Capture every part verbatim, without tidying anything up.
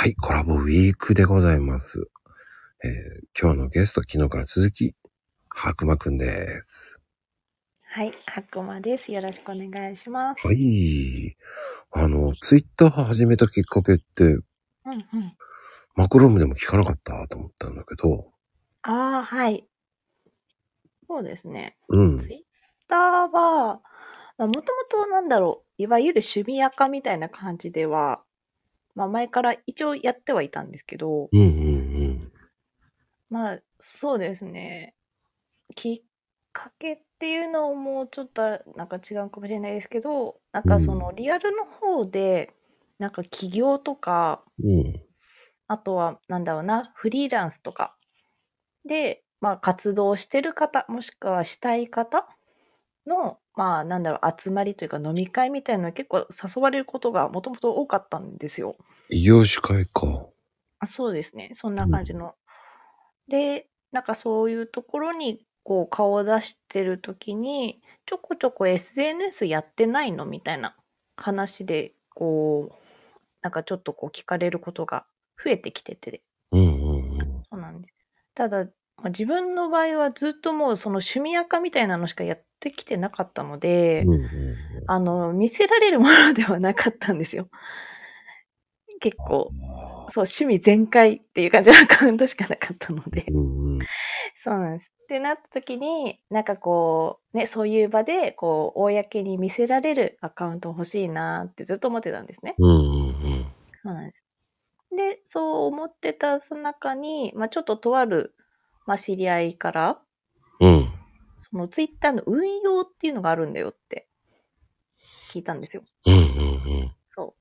はい、コラボウィークでございます。えー、今日のゲスト、昨日から続き、白馬くんです。 はい、白馬です。よろしくお願いします。 はい。あの、ツイッター始めたきっかけって、うんうん。 マクロームでも聞かなかったと思ったんだけど。 ああ、はい。そうですね。 うん。 ツイッターは、まあ、もともとなんだろう、いわゆる趣味垢みたいな感じでは、まあ前から一応やってはいたんですけど、 うんうんうん。 まあそうですね。きっかけっていうのもちょっとなんか違うかもしれないですけど、なんかそのリアルの方で、なんか起業とか、 うん。 あとはなんだろうな、フリーランスとかで、まあ活動してる方、もしくはしたい方の、まあなんだろう、集まりというか飲み会みたいなのに結構誘われることがもともと多かったんですよ。 異業種会か。 あ、そうですね。そんうん。 な感じの。で、なんかそういうところにこう顔を出してるときに、ちょこちょこ エスエヌエス やってないのみたいな話で、こう、なんかちょっとこう聞かれることが増えてきてて。 うんうんうん。 そうなんです。ただ、まあ、自分の場合はずっともうその趣味垢みたいなのしかやってきてなかったので、 うんうんうん。 あの、見せられるものではなかったんですよ。結構、 あそう、趣味全開っていう感じのアカウントしかなかったので。 ーうんうん。 そうなんです。ってなった時に、なんかこう、ね、そういう場で、こう、公に見せられるアカウント欲しいなってずっと思ってたんですね。 うんうんうん。 そうなんです。で、そう思ってたその中に、まあちょっととある、まあ知り合いから、 うん。 そのツイッターの運用っていうのがあるんだよって聞いたんですよ。 うんうんうん。 そう。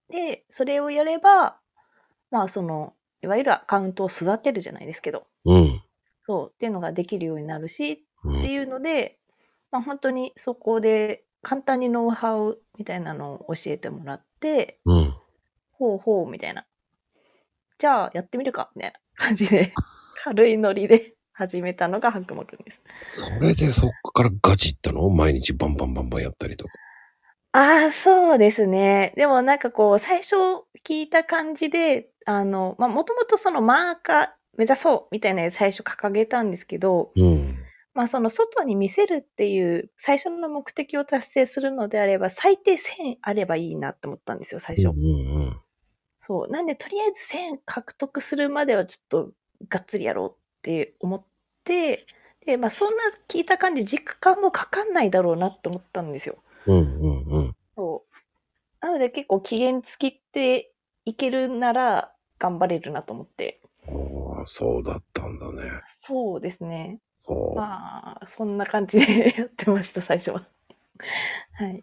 で、それをやれば、まあその、いわゆるアカウントを育てるじゃないですけど、 うん。 そう、っていうのができるようになるし、 うん。 っていうので、まあ本当にそこで簡単にノウハウみたいなのを教えてもらって、 うん。 ほうほうみたいな。じゃあやってみるかみたいな感じで、軽いノリで始めたのが白馬くんです。 それでそっからガチったの？毎日バンバンバンバンやったりとか。 ああ、そうですね。でもなんかこう、最初聞いた感じで、あの、ま、もともとそのマーカー目指そうみたいな最初掲げたんですけど、 うん。 ま、その外に見せるっていう最初の目的を達成するのであれば、最低せんあればいいなって思ったんですよ、最うんう初。 んうん。 そう。なんでとりあえずせん獲得するまではちょっとがっつりやろうって思って、で、ま、そんな聞いた感じ、時間もかかんないだろうなって思ったんですよ。 うんうんうん。 そう。なので結構期限付きっていけるなら頑張れるなと思って。 ああ、そうだったんだね。 そうですね。 ほう。 まあ、そんな感じでやってました、最初は。はい。